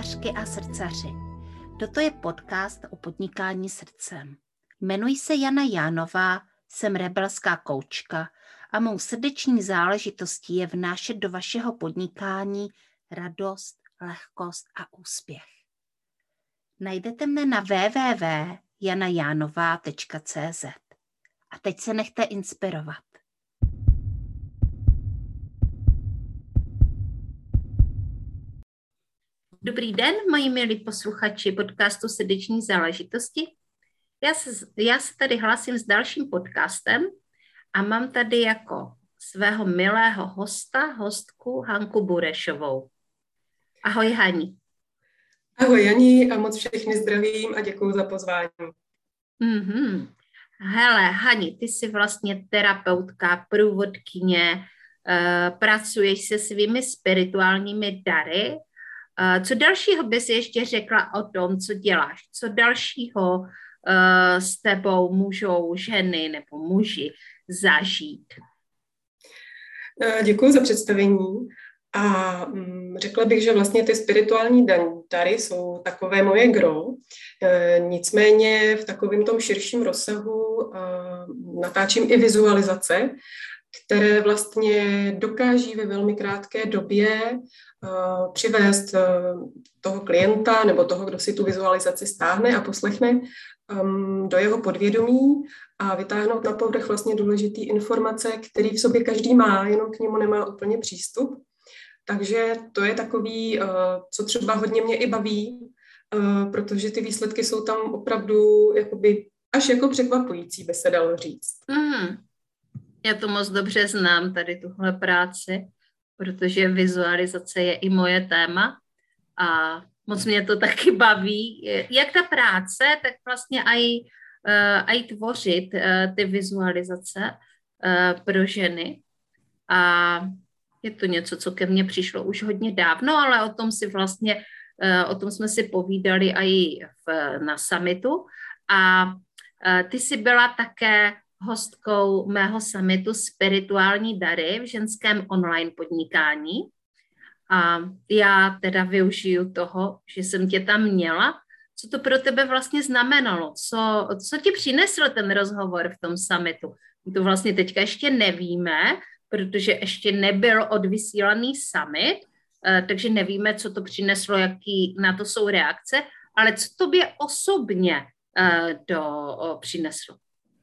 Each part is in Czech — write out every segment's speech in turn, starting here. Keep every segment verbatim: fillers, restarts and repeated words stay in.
srdcařky a srdcaři. Toto je podcast o podnikání srdcem. Jmenuji se Jana Jánová, jsem rebelská koučka a mou srdeční záležitostí je vnášet do vašeho podnikání radost, lehkost a úspěch. Najdete mne na w w w tečka jana jánová tečka c z. A teď se nechte inspirovat. Dobrý den, moji milí posluchači podcastu Srdeční záležitosti. Já se, já se tady hlásím s dalším podcastem a mám tady jako svého milého hosta, hostku Hanku Burešovou. Ahoj, Hani. Ahoj, Jani, a moc všechny zdravím a děkuju za pozvání. Mm-hmm. Hele, Hani, ty jsi vlastně terapeutka, průvodkyně, uh, pracuješ se svými spirituálními dary. Uh, co dalšího bys ještě řekla o tom, co děláš? Co dalšího uh, s tebou můžou ženy nebo muži zažít? Děkuji za představení. A řekla bych, že vlastně ty spirituální dary jsou takové moje gro. E, nicméně v takovém tom širším rozsahu e, natáčím i vizualizace, které vlastně dokáží ve velmi krátké době e, přivést e, toho klienta nebo toho, kdo si tu vizualizaci stáhne a poslechne, e, do jeho podvědomí a vytáhnout na povrch vlastně důležité informace, které v sobě každý má, jenom k němu nemá úplně přístup. Takže to je takový, co třeba hodně mě i baví, protože ty výsledky jsou tam opravdu jakoby až jako překvapující, by se dalo říct. Mm, já to moc dobře znám, tady tuhle práci, protože vizualizace je i moje téma a moc mě to taky baví. Jak ta práce, tak vlastně aj, aj tvořit ty vizualizace pro ženy. A je to něco, co ke mně přišlo už hodně dávno, ale o tom si vlastně, o tom jsme si povídali i v, na summitu. A ty jsi byla také hostkou mého summitu Spirituální dary v ženském online podnikání. A já teda využiju toho, že jsem tě tam měla. Co to pro tebe vlastně znamenalo? Co, co ti přinesl ten rozhovor v tom summitu? My to vlastně teďka ještě nevíme, protože ještě nebyl odvysílaný summit, takže nevíme, co to přineslo, jaký na to jsou reakce, ale co tobě osobně do, přineslo?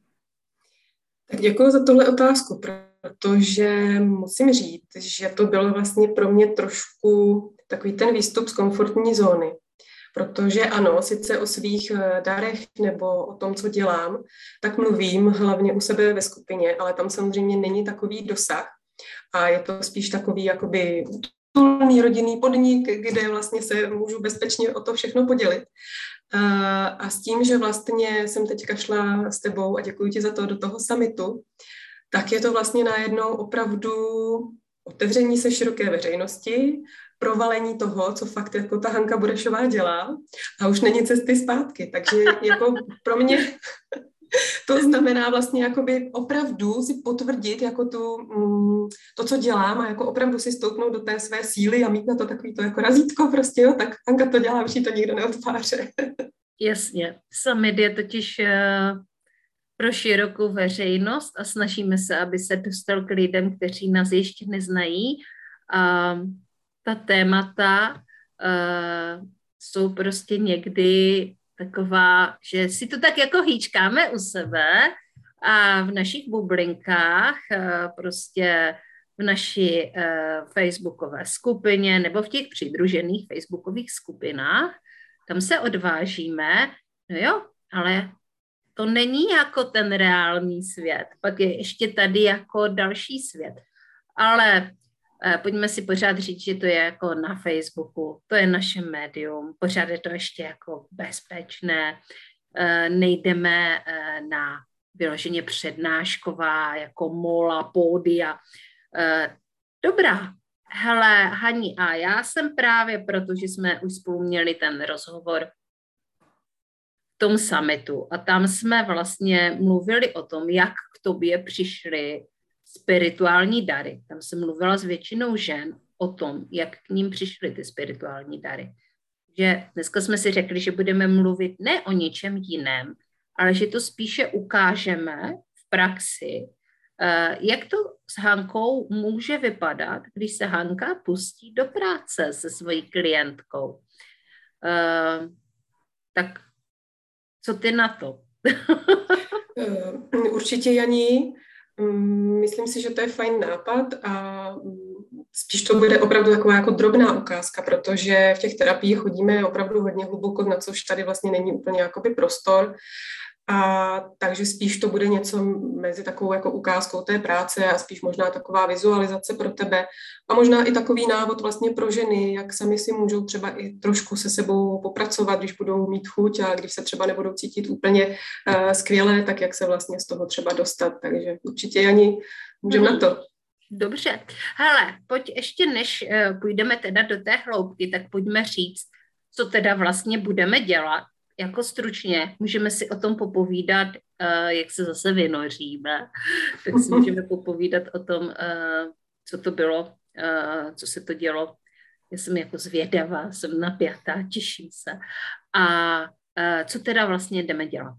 Tak děkuji za tuhle otázku, protože musím říct, že to bylo vlastně pro mě trošku takový ten výstup z komfortní zóny. Protože ano, sice o svých darech nebo o tom, co dělám, tak mluvím hlavně u sebe ve skupině, ale tam samozřejmě není takový dosah a je to spíš takový jakoby tulný rodinný podnik, kde vlastně se můžu bezpečně o to všechno podělit. A s tím, že vlastně jsem teďka šla s tebou a děkuji ti za to do toho summitu, tak je to vlastně najednou opravdu otevření se široké veřejnosti, provalení toho, co fakt jako ta Hanka Burešová dělá a už není cesty zpátky. Takže jako pro mě to znamená vlastně jakoby opravdu si potvrdit jako tu, to, co dělám a jako opravdu si stoupnout do té své síly a mít na to takový to jako razítko prostě, jo, tak Hanka to dělá, už jí to nikdo neodpáře. Jasně. Summit je totiž uh, pro širokou veřejnost a snažíme se, aby se dostal k lidem, kteří nás ještě neznají. Uh, ta témata uh, jsou prostě někdy taková, že si to tak jako hýčkáme u sebe a v našich bublinkách, uh, prostě v naší uh, facebookové skupině nebo v těch přidružených facebookových skupinách, tam se odvážíme, no jo, ale to není jako ten reálný svět, pak je ještě tady jako další svět, ale pojďme si pořád říct, že to je jako na Facebooku, to je naše médium, pořád je to ještě jako bezpečné, nejdeme na vyloženě přednášková, jako mola, pódia. Dobrá, hele, Hani, a já jsem právě, protože jsme už spolu měli ten rozhovor v tom summitu a tam jsme vlastně mluvili o tom, jak k tobě přišly spirituální dary. Tam jsem mluvila s většinou žen o tom, jak k ním přišly ty spirituální dary. že dneska jsme si řekli, že budeme mluvit ne o něčem jiném, ale že to spíše ukážeme v praxi, jak to s Hankou může vypadat, když se Hanka pustí do práce se svojí klientkou. Tak co ty na to? Určitě, Janí. Myslím si, že to je fajn nápad a spíš to bude opravdu taková jako drobná ukázka, protože v těch terapiích chodíme opravdu hodně hluboko, na což tady vlastně není úplně jakoby prostor. A takže spíš to bude něco mezi takovou jako ukázkou té práce a spíš možná taková vizualizace pro tebe a možná i takový návod vlastně pro ženy, jak sami si můžou třeba i trošku se sebou popracovat, když budou mít chuť a když se třeba nebudou cítit úplně uh, skvěle, tak jak se vlastně z toho třeba dostat. Takže určitě, Jani, můžeme hmm. na to. Dobře. Hele, pojď ještě než uh, půjdeme teda do té hloubky, tak pojďme říct, co teda vlastně budeme dělat. Jako stručně, můžeme si o tom popovídat, uh, jak se zase vynoříme, tak si můžeme popovídat o tom, uh, co to bylo, uh, co se to dělo. Já jsem jako zvědavá, jsem napjatá, těším se. A uh, co teda vlastně jdeme dělat?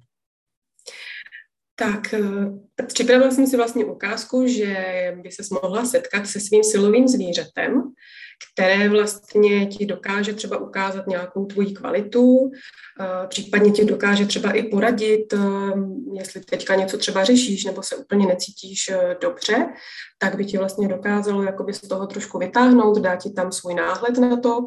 Tak připravila jsem si vlastně ukázku, že by ses mohla setkat se svým silovým zvířetem, které vlastně ti dokáže třeba ukázat nějakou tvoji kvalitu, případně ti dokáže třeba i poradit, jestli teďka něco třeba řešíš nebo se úplně necítíš dobře, tak by ti vlastně dokázalo jakoby z toho trošku vytáhnout, dát ti tam svůj náhled na to.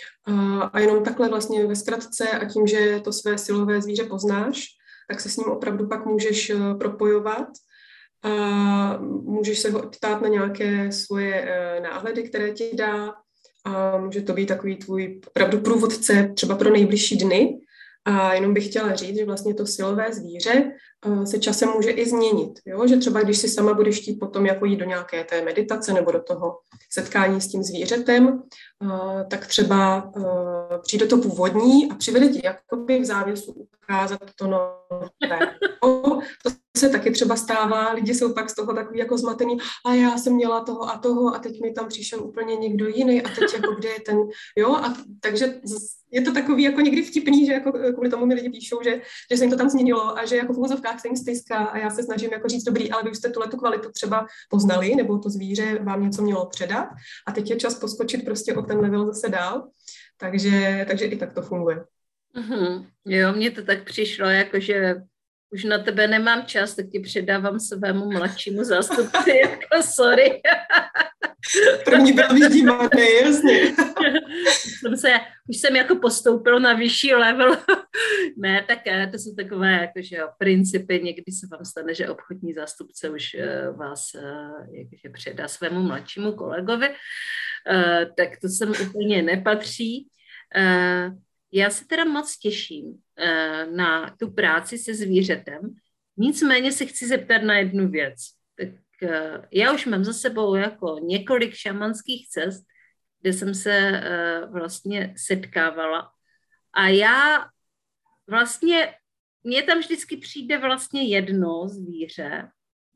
A jenom takhle vlastně ve zkratce a tím, že to své silové zvíře poznáš, tak se s ním opravdu pak můžeš propojovat a můžeš se ho ptát na nějaké svoje náhledy, které ti dá a může to být takový tvůj opravdu průvodce třeba pro nejbližší dny. A jenom bych chtěla říct, že vlastně to silové zvíře se časem může i změnit. Jo? Že třeba když si sama budeš chtít potom jako jít do nějaké té meditace nebo do toho setkání s tím zvířetem, tak třeba přijde to původní a přivede ti jakoby v závěsu ukázat to nové. To se taky třeba stává, lidi jsou pak z toho takový jako zmatený, a já jsem měla toho a toho a teď mi tam přišel úplně někdo jiný a teď jako kde je ten, jo, a takže je to takový jako někdy vtipný, že jako kvůli tomu mi lidi píšou, že, že se jim to tam změnilo a že jako v úvozovkách se jim styská a já se snažím jako říct, dobrý, ale vy už jste tuhle tu kvalitu třeba poznali, nebo to zvíře vám něco mělo předat a teď je čas poskočit prostě o ten level zase dál, takže, takže i tak to funguje. Mm-hmm. Jo, mně to tak přišlo, jakože už na tebe nemám čas, tak ti předávám svému mladšímu zástupci, jako sorry. První byl vyždímaný, jasně. jsem se, už jsem jako postoupil na vyšší level. Ne, tak to jsou takové jakože jo, principy, někdy se vám stane, že obchodní zástupce už uh, vás uh, jakože předá svému mladšímu kolegovi, uh, tak to sem úplně nepatří. Uh, Já se teda moc těším uh, na tu práci se zvířetem, nicméně se chci zeptat na jednu věc. Tak uh, já už mám za sebou jako několik šamanských cest, kde jsem se uh, vlastně setkávala a já vlastně, mně tam vždycky přijde vlastně jedno zvíře,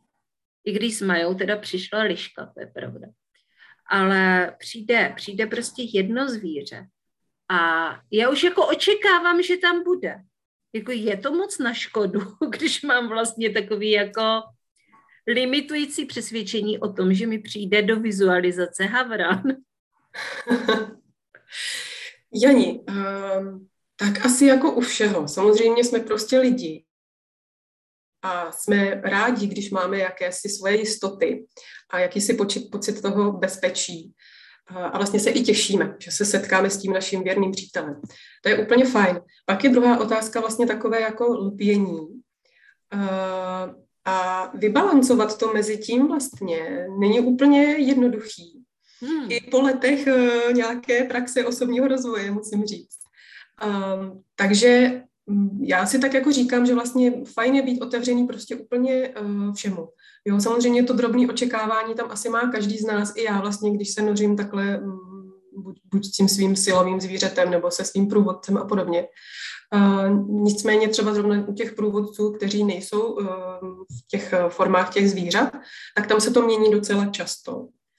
i když s Majou teda přišla liška, to je pravda, ale přijde, přijde prostě jedno zvíře. A já už jako očekávám, že tam bude. Jako je to moc na škodu, když mám vlastně takový jako limitující přesvědčení o tom, že mi přijde do vizualizace havran. Jani, um, tak asi jako u všeho. Samozřejmě jsme prostě lidi. A jsme rádi, když máme jakési svoje jistoty a jakýsi počet, pocit toho bezpečí. A vlastně se i těšíme, že se setkáme s tím naším věrným přítelem. To je úplně fajn. Pak je druhá otázka vlastně takové jako lpění. A vybalancovat to mezi tím vlastně není úplně jednoduchý. Hmm. I po letech nějaké praxe osobního rozvoje, musím říct. Takže já si tak jako říkám, že vlastně fajn je být otevřený prostě úplně všemu. Jo, samozřejmě to drobné očekávání tam asi má každý z nás, i já vlastně, když se nořím takhle buď, buď s tím svým silovým zvířetem nebo se svým průvodcem a podobně. Uh, nicméně třeba zrovna u těch průvodců, kteří nejsou uh, v těch formách těch zvířat, tak tam se to mění docela často.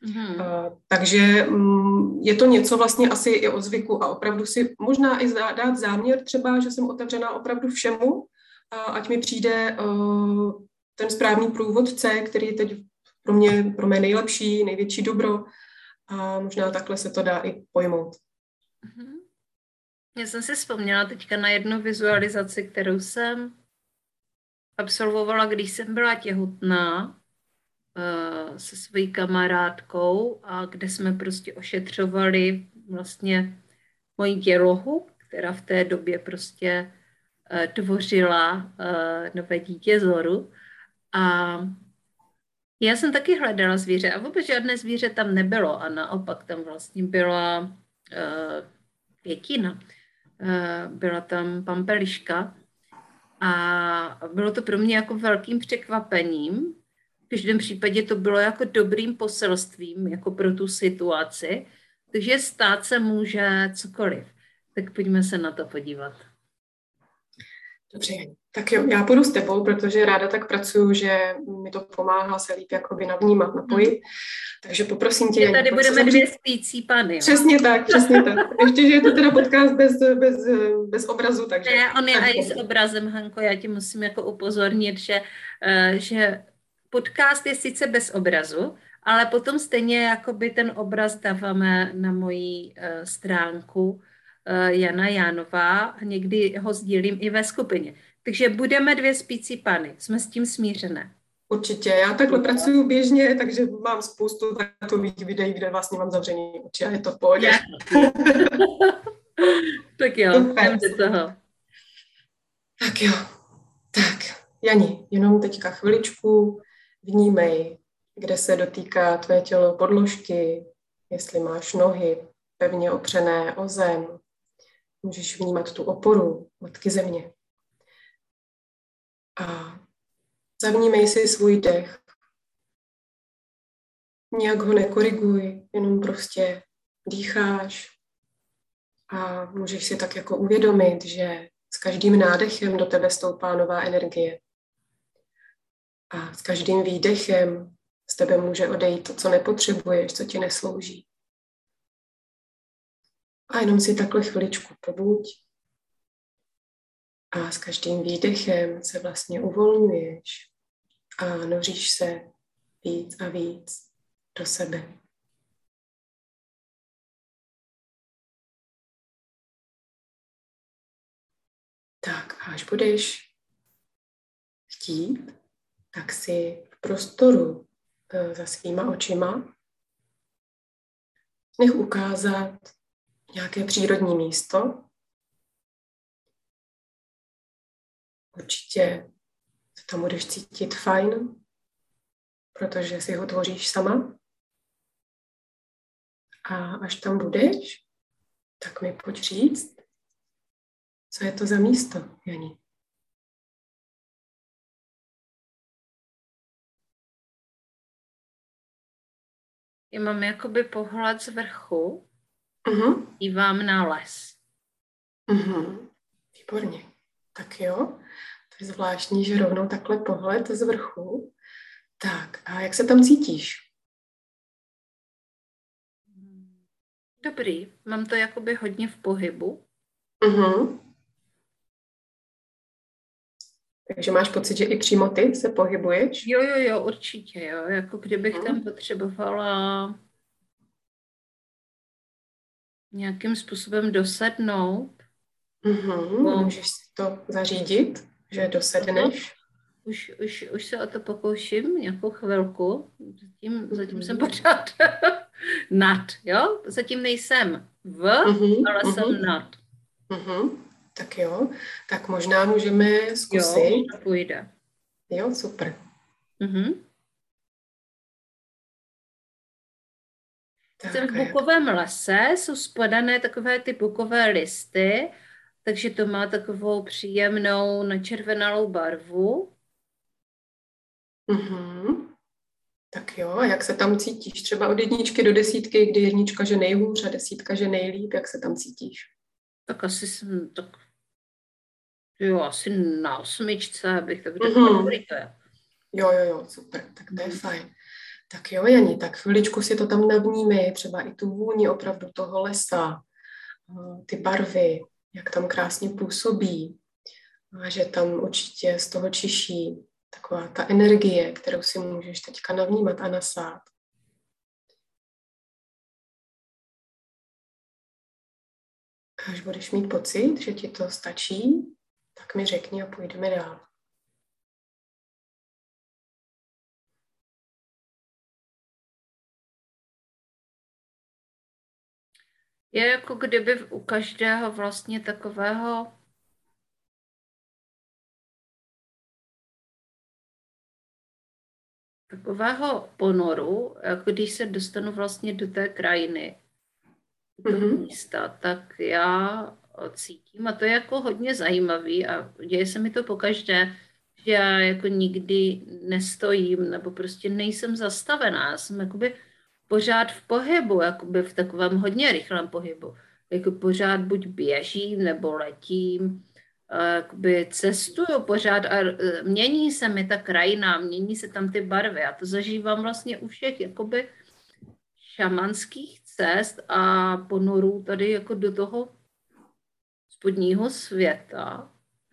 Mm-hmm. Uh, takže um, je to něco vlastně asi i od zvyku a opravdu si možná i zá, dát záměr třeba, že jsem otevřená opravdu všemu, a ať mi přijde uh, ten správný průvodce, který je teď pro mě, pro mě nejlepší, největší dobro, a možná takhle se to dá i pojmout. Mm-hmm. Já jsem si vzpomněla teďka na jednu vizualizaci, kterou jsem absolvovala, když jsem byla těhotná uh, se svojí kamarádkou a kde jsme prostě ošetřovali vlastně moji dělohu, která v té době prostě uh, tvořila uh, nové dítě Zoru. A já jsem taky hledala zvíře a vůbec žádné zvíře tam nebylo a naopak tam vlastně byla uh, pětina. Uh, byla tam pampeliška a bylo to pro mě jako velkým překvapením. V každém případě to bylo jako dobrým poselstvím jako pro tu situaci. Takže stát se může cokoliv. Tak pojďme se na to podívat. Dobře, tak jo, já půjdu s tebou, protože ráda tak pracuju, že mi to pomáhá se líp jakoby navnímat, napojit. Hmm. Takže poprosím tě. Tady budeme dvě spící pany. Jo? Přesně tak, přesně tak. Ještě, že je to teda podcast bez, bez, bez obrazu, takže... Ne, on je i s obrazem, Hanko, já ti musím jako upozornit, že, uh, že podcast je sice bez obrazu, ale potom stejně jakoby ten obraz dáváme na moji uh, stránku uh, Jana Jánová a někdy ho sdílím i ve skupině. Takže budeme dvě spící pany, jsme s tím smířené. Určitě, já takhle pracuji běžně, takže mám spoustu takových videí, kde vlastně mám zavřený oči a je to v pohodě. Tak jo, jdem do toho. Tak jo, tak Jani, jenom teďka chviličku vnímej, kde se dotýká tvé tělo podložky, jestli máš nohy pevně opřené o zem, můžeš vnímat tu oporu matky země. A zavnímej si svůj dech. Nijak ho nekoriguj, jenom prostě dýcháš a můžeš si tak jako uvědomit, že s každým nádechem do tebe stoupá nová energie. A s každým výdechem z tebe může odejít to, co nepotřebuješ, co ti neslouží. A jenom si takhle chviličku pobuď. A s každým výdechem se vlastně uvolňuješ a noříš se víc a víc do sebe. Tak a až budeš chtít, tak si v prostoru za svýma očima nech ukázat nějaké přírodní místo. Určitě se tam budeš cítit fajn, protože si ho tvoříš sama. A až tam budeš, tak mi pojď říct, co je to za místo, Jani. Já mám jakoby pohled z vrchu, uh-huh. dívám na les. Uh-huh. Výborně. Tak jo, to je zvláštní, že rovnou takhle pohled z vrchu. Tak, a jak se tam cítíš? Dobrý, mám to jakoby hodně v pohybu. Uh-huh. Takže máš pocit, že i přímo ty se pohybuješ? Jo, jo, jo, určitě, jo. Jako kdybych uh-huh. tam potřebovala nějakým způsobem dosednout. Uh-huh. No. Můžeš si to zařídit, že dosedneš? Už, už, už se o to pokouším nějakou chvilku. Zatím, zatím uh-huh. jsem pořád nad, jo? Zatím nejsem v, uh-huh. ale uh-huh. jsem nad. Uh-huh. Tak jo, tak možná můžeme zkusit. Jo, to půjde. Jo, super. Uh-huh. Jsem v bukovém lese, jsou spadané takové ty bukové listy, takže to má takovou příjemnou načervenalou barvu. Uh-huh. Tak jo, a jak se tam cítíš? Třeba od jedničky do desítky, kdy jednička, že nejhůř a desítka, že nejlíp, jak se tam cítíš? Tak asi jsem, tak jo, asi na osmičce bych tak řekla. Uh-huh. Jo, jo, jo, super, tak to je fajn. Tak jo, Jani, tak chviličku si to tam navnímej, třeba i tu vůni opravdu toho lesa, ty barvy, jak tam krásně působí, a že tam určitě z toho čiší taková ta energie, kterou si můžeš teďka navnímat a nasát. Až budeš mít pocit, že ti to stačí, tak mi řekni a půjdeme dál. Je jako kdyby u každého vlastně takového takového ponoru, jako když se dostanu vlastně do té krajiny, do toho Mm-hmm. místa, tak já cítím, a to je jako hodně zajímavý a děje se mi to pokaždé, že já jako nikdy nestojím nebo prostě nejsem zastavená, já jsem jakoby pořád v pohybu, jakoby v takovém hodně rychlém pohybu. Jako pořád buď běžím nebo letím, jakoby cestuju pořád a mění se mi ta krajina, mění se tam ty barvy a to zažívám vlastně u všech jakoby šamanských cest a ponorů tady jako do toho spodního světa.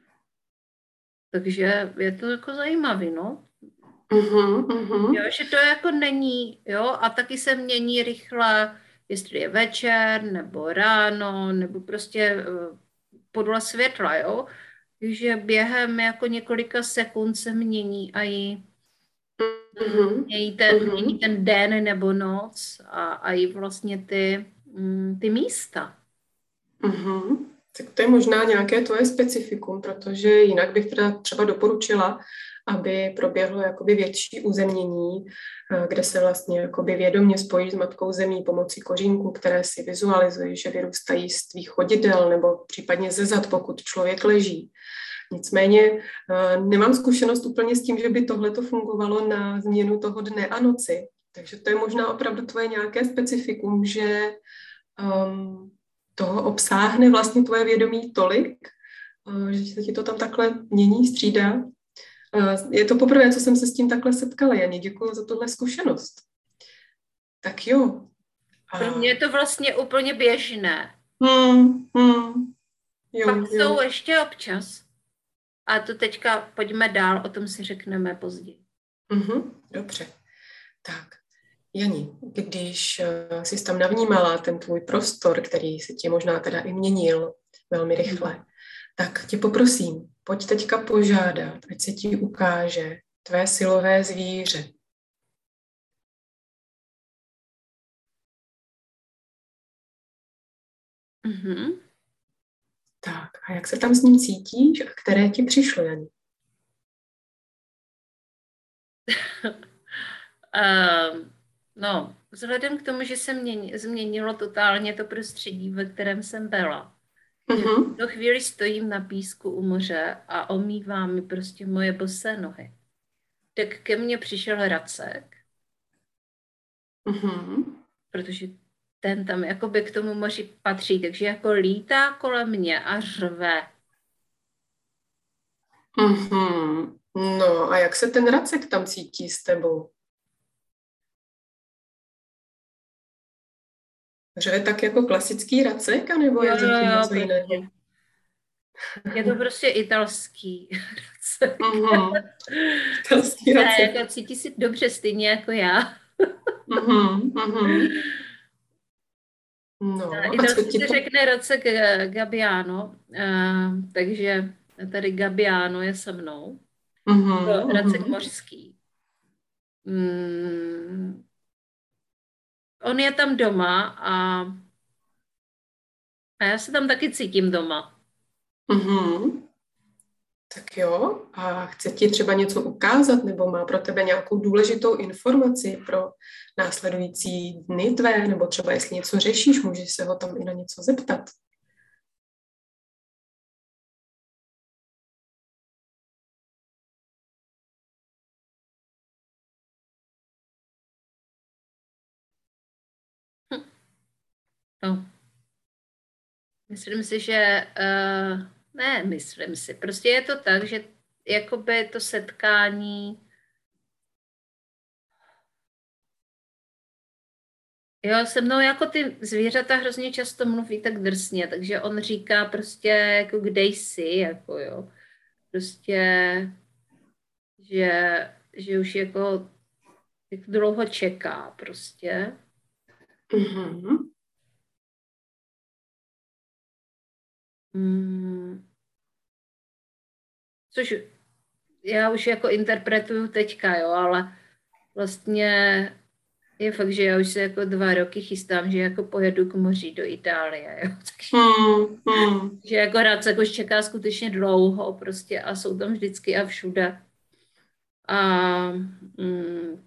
Takže je to jako zajímavý, no. Mm-hmm, mm-hmm. Jo, že to jako není, jo, a taky se mění rychle, jestli je večer, nebo ráno, nebo prostě uh, podle světla, jo. Takže během jako několika sekund se mění a i Mm-hmm. mění ten, Mm-hmm. mění ten den nebo noc a, a i vlastně ty, mm, ty místa. Mm-hmm. Tak to je možná nějaké tvoje specifikum, protože jinak bych teda třeba doporučila, aby proběhlo jakoby větší uzemnění, kde se vlastně jakoby vědomě spojíš s matkou zemí pomocí kořínků, které si vizujalizuješ, že vyrůstají z tvých chodidel nebo případně ze zad, pokud člověk leží. Nicméně nemám zkušenost úplně s tím, že by tohleto fungovalo na změnu toho dne a noci. Takže to je možná opravdu tvoje nějaké specifikum, že um, toho obsáhne vlastně tvoje vědomí tolik, že se ti to tam takhle mění, střídá. Je to poprvé, co jsem se s tím takhle setkala, Janě. Děkuji za tuhle zkušenost. Tak jo. Pro mě je to vlastně úplně běžné. Hmm, hmm. Jo, Pak jo. jsou ještě občas. A to teďka pojďme dál, o tom si řekneme později. Mm-hmm, dobře. Tak, Jani, když uh, jsi tam navnímala ten tvůj prostor, který se ti možná teda i měnil velmi rychle, mm. tak tě poprosím, pojď teďka požádat, ať se ti ukáže tvé silové zvíře. Mm-hmm. Tak, a jak se tam s ním cítíš a které ti přišlo, Jani? um, no, vzhledem k tomu, že se měni, změnilo totálně to prostředí, ve kterém jsem byla. Mm-hmm. Do chvíli stojím na písku u moře a omývá mi prostě moje bosé nohy. Tak ke mně přišel racek, mm-hmm. protože ten tam jakoby k tomu moři patří, takže jako lítá kolem mě a řve. Mm-hmm. No a jak se ten racek tam cítí s tebou? Řve tak jako klasický racek, anebo je zatím něco jiného? Je to prostě italský racek. Mm-hmm. Italský racek. Jako cítí si dobře stejně jako já. Mm-hmm. Mm-hmm. No, a italsky se to... řekne racek Gabbiano, uh, takže tady Gabbiano je se mnou. Mm-hmm. To racek mořský. Mm. On je tam doma a, a já se tam taky cítím doma. Mm-hmm. Tak jo, a chce ti třeba něco ukázat, nebo má pro tebe nějakou důležitou informaci pro následující dny tvé, nebo třeba jestli něco řešíš, můžeš se ho tam i na něco zeptat. Hm. No. Myslím si, že... Uh, ne, myslím si. Prostě je to tak, že jakoby to setkání Jo, se mnou jako ty zvířata hrozně často mluví tak drsně, takže on říká prostě jako kde jsi, jako jo. Prostě, že, že už jako jak dlouho čeká prostě. Mm-hmm. Hmm. Což já už jako interpretuju teďka, jo, ale vlastně je fakt, že já už se jako dva roky chystám, že jako pojedu k moři do Itálie, jo. Takže, Mm, mm. že jako rád se jako čeká skutečně dlouho prostě a jsou tam vždycky a všude. A mm,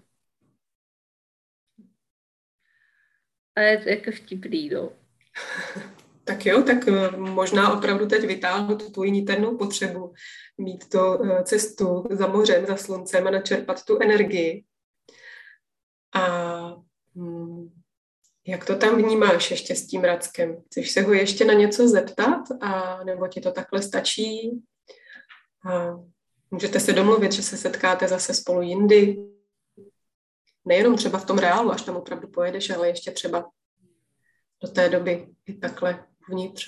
a je to jako vtipný, no. Tak jo, tak možná opravdu teď vytáhnu tu tvoji niternou potřebu mít to cestu za mořem, za sluncem a načerpat tu energii. A hm, jak to tam vnímáš ještě s tím Rackem? Chceš se ho ještě na něco zeptat? A nebo ti to takhle stačí? A můžete se domluvit, že se setkáte zase spolu jindy? Nejenom třeba v tom reálu, až tam opravdu pojedeš, ale ještě třeba do té doby i takhle vnitř.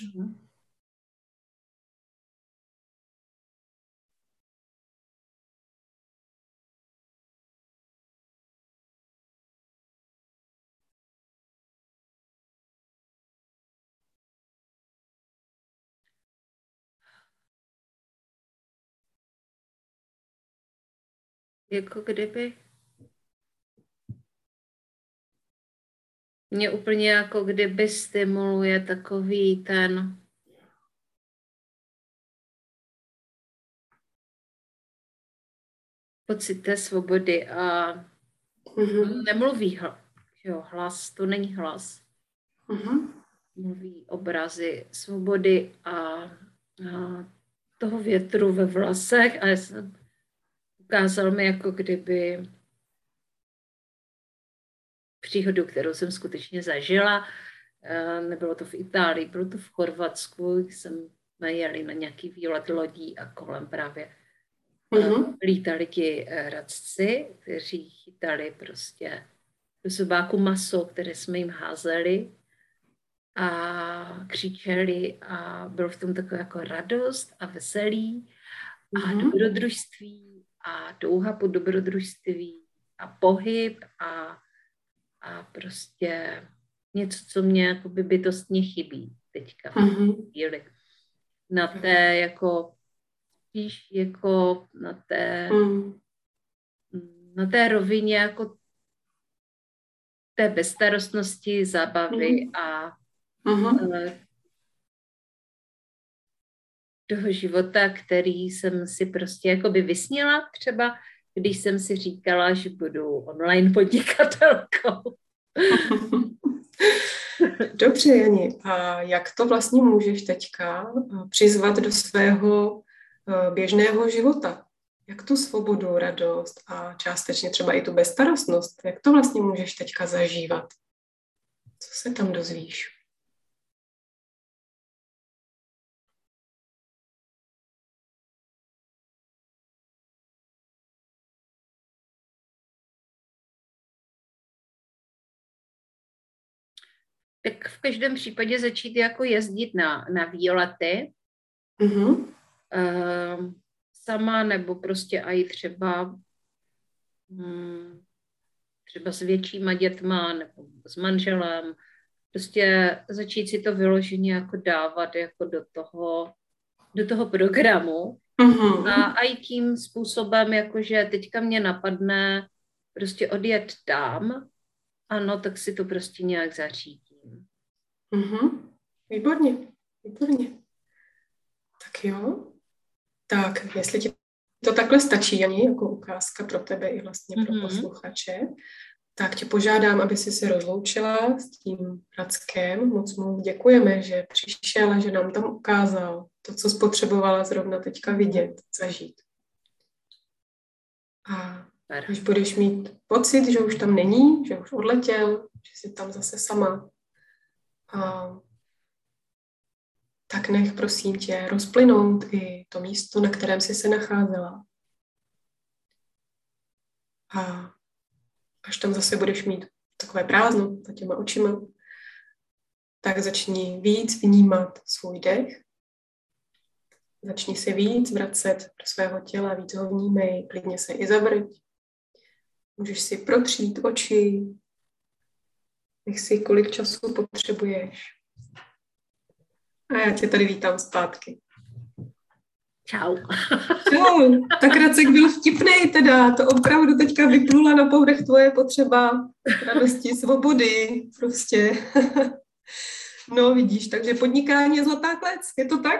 Jako kdyby mě úplně jako kdyby stimuluje takový ten pocit té svobody a Mm-hmm. nemluví hlas, jo, hlas, to není hlas. Mm-hmm. Mluví obrazy svobody a, a toho větru ve vlasech a já jsem ukázal mi jako kdyby příhodu, kterou jsem skutečně zažila. Nebylo to v Itálii, bylo to v Chorvatsku, jsme jeli na nějaký výlet lodí a kolem právě mm-hmm. lítali ti radci, kteří chytali prostě do sobáku maso, které jsme jim házeli a křičeli a bylo v tom takové jako radost a veselí a mm-hmm. dobrodružství a touha po dobrodružství a pohyb a, a prostě něco, co mě jakoby bytostně chybí teďka mm-hmm. chvíli. Na té jako spíš jako na té mm. na té rovině jako té bezstarostnosti, zábavy mm. a mm-hmm. toho života, který jsem si prostě jakoby vysnila třeba, když jsem si říkala, že budu online podnikatelkou. Dobře, Jani. A jak to vlastně můžeš teďka přizvat do svého běžného života? Jak tu svobodu, radost a částečně třeba i tu bezstarostnost, jak to vlastně můžeš teďka zažívat? Co se tam dozvíš? Tak v každém případě začít jako jezdit na, na výlety. Mm-hmm. Uh, sama nebo prostě i třeba um, třeba s většíma dětma nebo s manželem. Prostě začít si to vyloženě jako dávat jako do toho, do toho programu. Mm-hmm. A, a i tím způsobem, jakože teďka mě napadne prostě odjet tam, ano, tak si to prostě nějak zařídím. Mm-hmm. Výborně, výborně. Tak jo. Tak, jestli ti to takhle stačí, Jani, jako ukázka pro tebe i vlastně pro mm-hmm. posluchače, tak tě požádám, aby si se rozloučila s tím Rackem. Moc mu děkujeme, že přišel a že nám tam ukázal to, co spotřebovala zrovna teďka vidět, zažít. A když budeš mít pocit, že už tam není, že už odletěl, že jsi tam zase sama, a tak nech, prosím tě, rozplynout i to místo, na kterém jsi se nacházela. A až tam zase budeš mít takové prázdno za těma očima, tak začni víc vnímat svůj dech. Začni se víc vracet do svého těla, víc ho vnímej, klidně se i zavrť. Můžeš si protřít oči, nech si kolik času potřebuješ. A já tě tady vítám zpátky. Čau. Čau, tak Racek byl vtipnej teda, to opravdu teďka vyplula na povrch tvoje potřeba radosti, svobody, prostě. No vidíš, takže podnikání je zlatá klec, je to tak?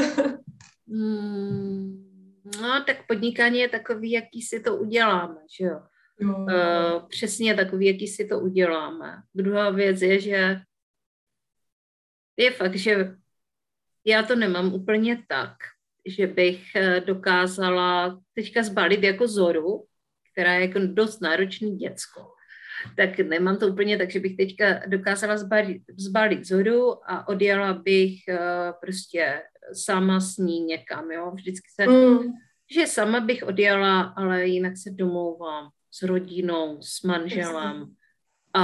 Hmm, no, tak podnikání je takový, jaký si to uděláme, že jo? jo. Uh, přesně takový, jaký si to uděláme. Druhá věc je, že je fakt, že já to nemám úplně tak, že bych dokázala teďka zbalit jako Zoru, která je jako dost náročný děcko. Tak nemám to úplně tak, že bych teďka dokázala zbalit, zbalit Zoru a odjela bych uh, prostě sama s ní někam, jo. Vždycky se, mm. že sama bych odjela, ale jinak se domlouvám s rodinou, s manželem. A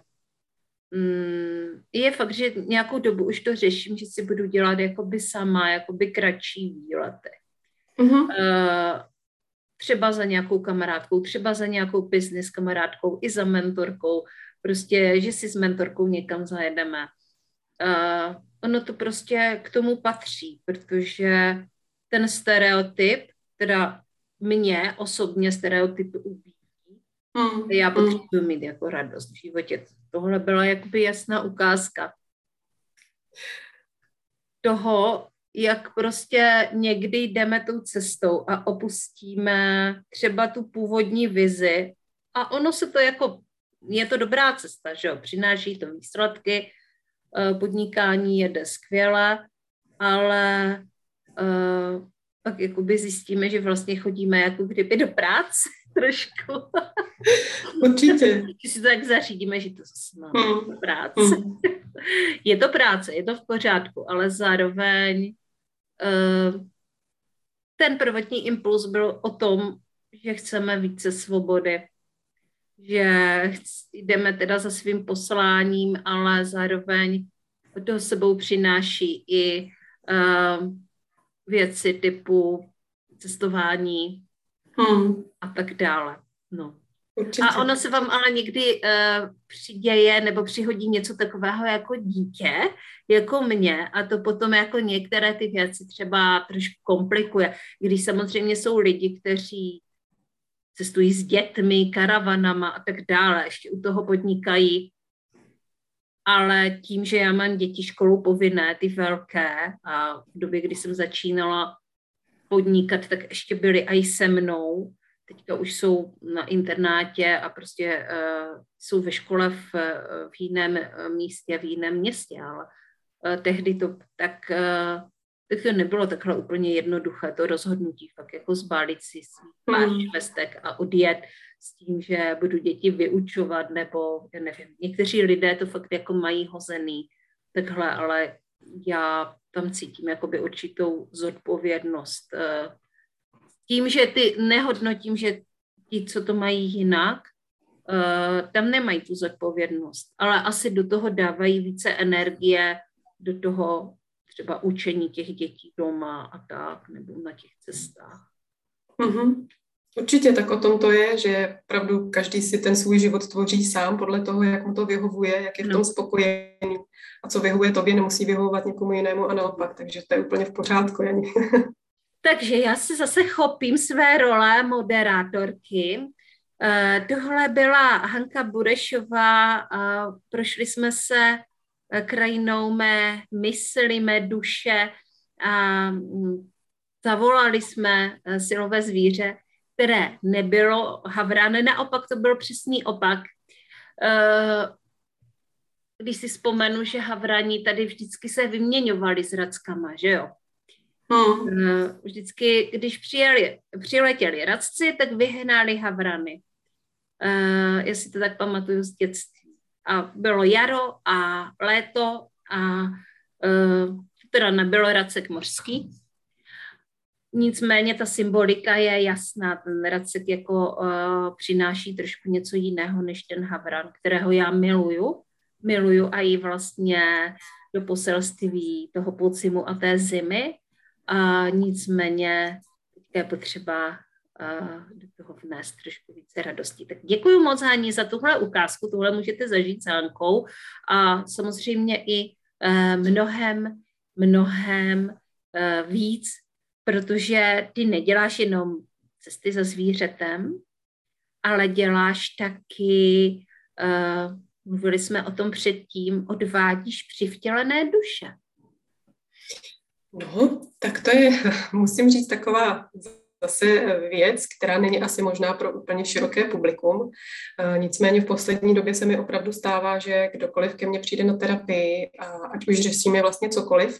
mm, je fakt, že nějakou dobu už to řeším, že si budu dělat jakoby sama, jakoby kratší výlety. Mm-hmm. Uh, třeba za nějakou kamarádkou, třeba za nějakou business kamarádkou, i za mentorkou, prostě, že si s mentorkou někam zajedeme. Uh, ono to prostě k tomu patří, protože ten stereotyp, teda mě osobně stereotypy ubíjí. Mm. Já potřebuji mm. mít jako radost v životě. Tohle byla jakoby jasná ukázka toho, jak prostě někdy jdeme tou cestou a opustíme třeba tu původní vizi a ono se to jako, je to dobrá cesta, že jo, přináší to výsledky, podnikání jede skvěle, ale uh, pak jakoby zjistíme, že vlastně chodíme jako kdyby do práce trošku. Určitě. Že si to tak zařídíme, že to zase máme hmm. práce. Hmm. Je to práce, je to v pořádku, ale zároveň uh, ten prvotní impuls byl o tom, že chceme více svobody, že jdeme teda za svým posláním, ale zároveň to sebou přináší i uh, věci typu cestování hmm. a tak dále. No. A ono se vám ale někdy uh, přiděje nebo přihodí něco takového jako dítě, jako mě, a to potom jako některé ty věci třeba trošku komplikuje. Když samozřejmě jsou lidi, kteří cestují s dětmi, karavanama a tak dále, ještě u toho podnikají, ale tím, že já mám děti školou povinné, ty velké, a v době, kdy jsem začínala podnikat, tak ještě byly i se mnou. Teďka už jsou na internátě a prostě uh, jsou ve škole v, v jiném místě, v jiném městě, ale uh, tehdy to tak, uh, tak to nebylo takhle úplně jednoduché, to rozhodnutí, fakt jako zbalit si svý pár švestek a odjet s tím, že budu děti vyučovat, nebo já nevím, někteří lidé to fakt jako mají hozený takhle, ale já tam cítím jakoby určitou zodpovědnost. Tím, že ty nehodnotím, že ti, co to mají jinak, tam nemají tu zodpovědnost, ale asi do toho dávají více energie, do toho třeba učení těch dětí doma a tak, nebo na těch cestách. Mm-hmm. Určitě, tak o tom to je, že opravdu každý si ten svůj život tvoří sám podle toho, jak mu to vyhovuje, jak je v tom no. spokojený. A co vyhovuje tobě, nemusí vyhovovat někomu jinému a naopak, takže to je úplně v pořádku, Jani. Takže já si zase chopím své role moderátorky. Uh, tohle byla Hanka Burešová, uh, prošli jsme se uh, krajinou mé mysli, mé duše a um, zavolali jsme uh, silové zvíře, které nebylo havran, naopak to byl přesný opak. Uh, když si vzpomenu, že havrani tady vždycky se vyměňovali s rackama, že jo? Hmm. Vždycky, když přijeli, přiletěli radci, tak vyhnali havrany. Uh, já si to tak pamatuju z dětství. A bylo jaro a léto a uh, teda nebylo racek mořský. nicméně ta symbolika je jasná. Ten racek jako uh, přináší trošku něco jiného než ten havran, kterého já miluju. Miluju a i vlastně do poselství toho podzimu a té zimy. A nicméně je potřeba uh, do toho vnést trošku více radosti. Tak děkuji moc, Hani, za tuhle ukázku. Tohle můžete zažít s Hankou a samozřejmě i uh, mnohem, mnohem uh, víc, protože ty neděláš jenom cesty za zvířetem, ale děláš taky, uh, mluvili jsme o tom předtím, odvádíš přivtělené duše. No, tak to je, musím říct, taková zase věc, která není asi možná pro úplně široké publikum. Nicméně v poslední době se mi opravdu stává, že kdokoliv ke mně přijde na terapii, a ať už řešíme vlastně cokoliv,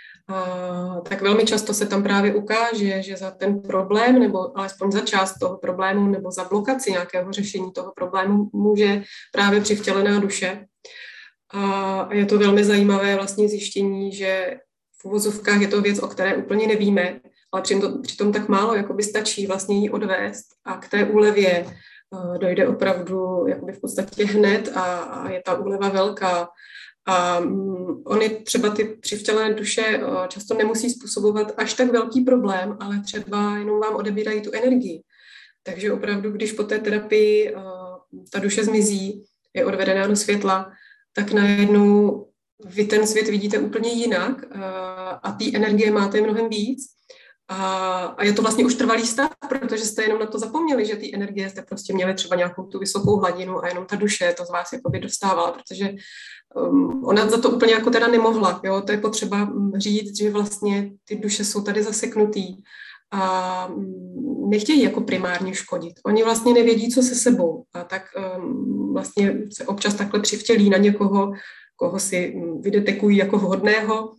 a tak velmi často se tam právě ukáže, že za ten problém, nebo alespoň za část toho problému, nebo za blokaci nějakého řešení toho problému může právě přivtělená duše. A je to velmi zajímavé vlastně zjištění, že v uvozovkách je to věc, o které úplně nevíme, ale přitom, přitom tak málo jakoby stačí vlastně ji odvést a k té úlevě uh, dojde opravdu jakoby v podstatě hned a, a je ta úleva velká. A um, ony třeba ty přivtělené duše uh, často nemusí způsobovat až tak velký problém, ale třeba jenom vám odebírají tu energii. Takže opravdu, když po té terapii uh, ta duše zmizí, je odvedená do světla, tak najednou vy ten svět vidíte úplně jinak a té energie máte mnohem víc a, a je to vlastně už trvalý stav, protože jste jenom na to zapomněli, že ty energie jste prostě měli třeba nějakou tu vysokou hladinu a jenom ta duše to z vás jakoby dostávala, protože um, ona za to úplně jako teda nemohla, jo, to je potřeba říct, že vlastně ty duše jsou tady zaseknutý a nechtějí jako primárně škodit. Oni vlastně nevědí, co se sebou a tak um, vlastně se občas takhle přivtělí na někoho, koho si vydetekují jako vhodného.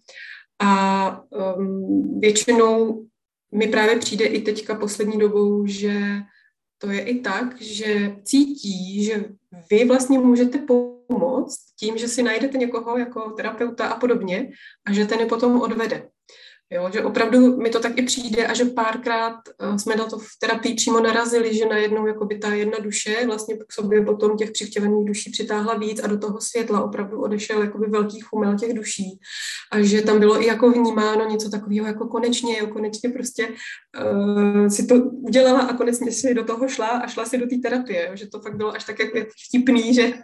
A um, většinou mi právě přijde i teďka poslední dobou, že to je i tak, že cítí, že vy vlastně můžete pomoct tím, že si najdete někoho jako terapeuta a podobně a že ten je potom odvede. Jo, že opravdu mi to tak i přijde a že párkrát uh, jsme na to v terapii přímo narazili, že najednou jakoby ta jedna duše vlastně k sobě potom těch přivtělených duší přitáhla víc a do toho světla opravdu odešel jakoby velký chumel těch duší a že tam bylo i jako vnímáno něco takového jako konečně, jo, konečně prostě uh, si to udělala a konečně si do toho šla a šla si do té terapie, jo, že to fakt bylo až tak jako vtipný, že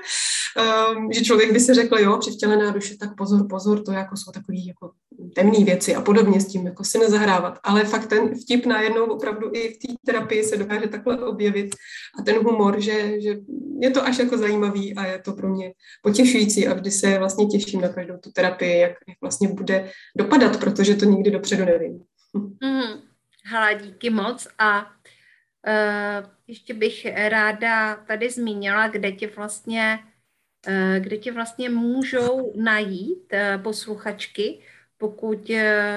Um, že člověk by si řekl, jo, přivtělená duše, tak pozor, pozor, to jako jsou takový jako temné věci a podobně s tím, jako si nezahrávat. Ale fakt ten vtip najednou opravdu i v té terapii se dokáže takhle objevit a ten humor, že, že je to až jako zajímavý a je to pro mě potěšující a vždy se vlastně těším na každou tu terapii, jak, jak vlastně bude dopadat, protože to nikdy dopředu nevím. Mm, hala, díky moc a uh, ještě bych ráda tady zmínila, kde tě vlastně kde tě vlastně můžou najít posluchačky, pokud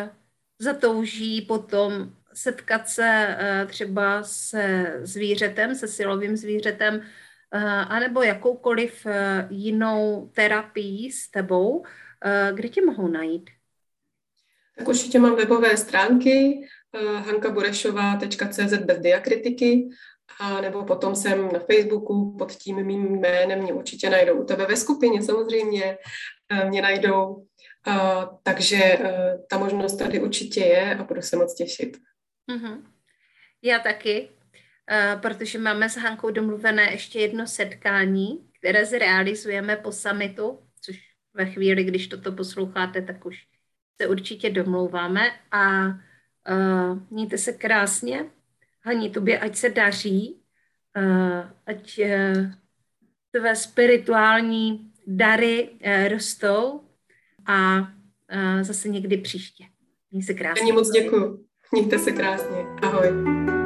zatouží potom setkat se třeba se zvířetem, se silovým zvířetem, anebo jakoukoliv jinou terapii s tebou, kde tě mohou najít? Tak určitě mám webové stránky hanka burešová tečka cé zet bez diakritiky, a nebo potom jsem na Facebooku pod tím mým jménem, mě určitě najdou u tebe ve skupině, samozřejmě mě najdou, a, takže a, ta možnost tady určitě je a budu se moc těšit. Mm-hmm. Já taky, a, protože máme s Hankou domluvené ještě jedno setkání, které zrealizujeme po summitu, což ve chvíli, když toto posloucháte, tak už se určitě domlouváme a, a mějte se krásně. Hani, tobě ať se daří, uh, ať uh, tvé spirituální dary uh, rostou a uh, zase někdy příště. Měj se krásně. Ani moc děkuju. Mějte se krásně. Ahoj.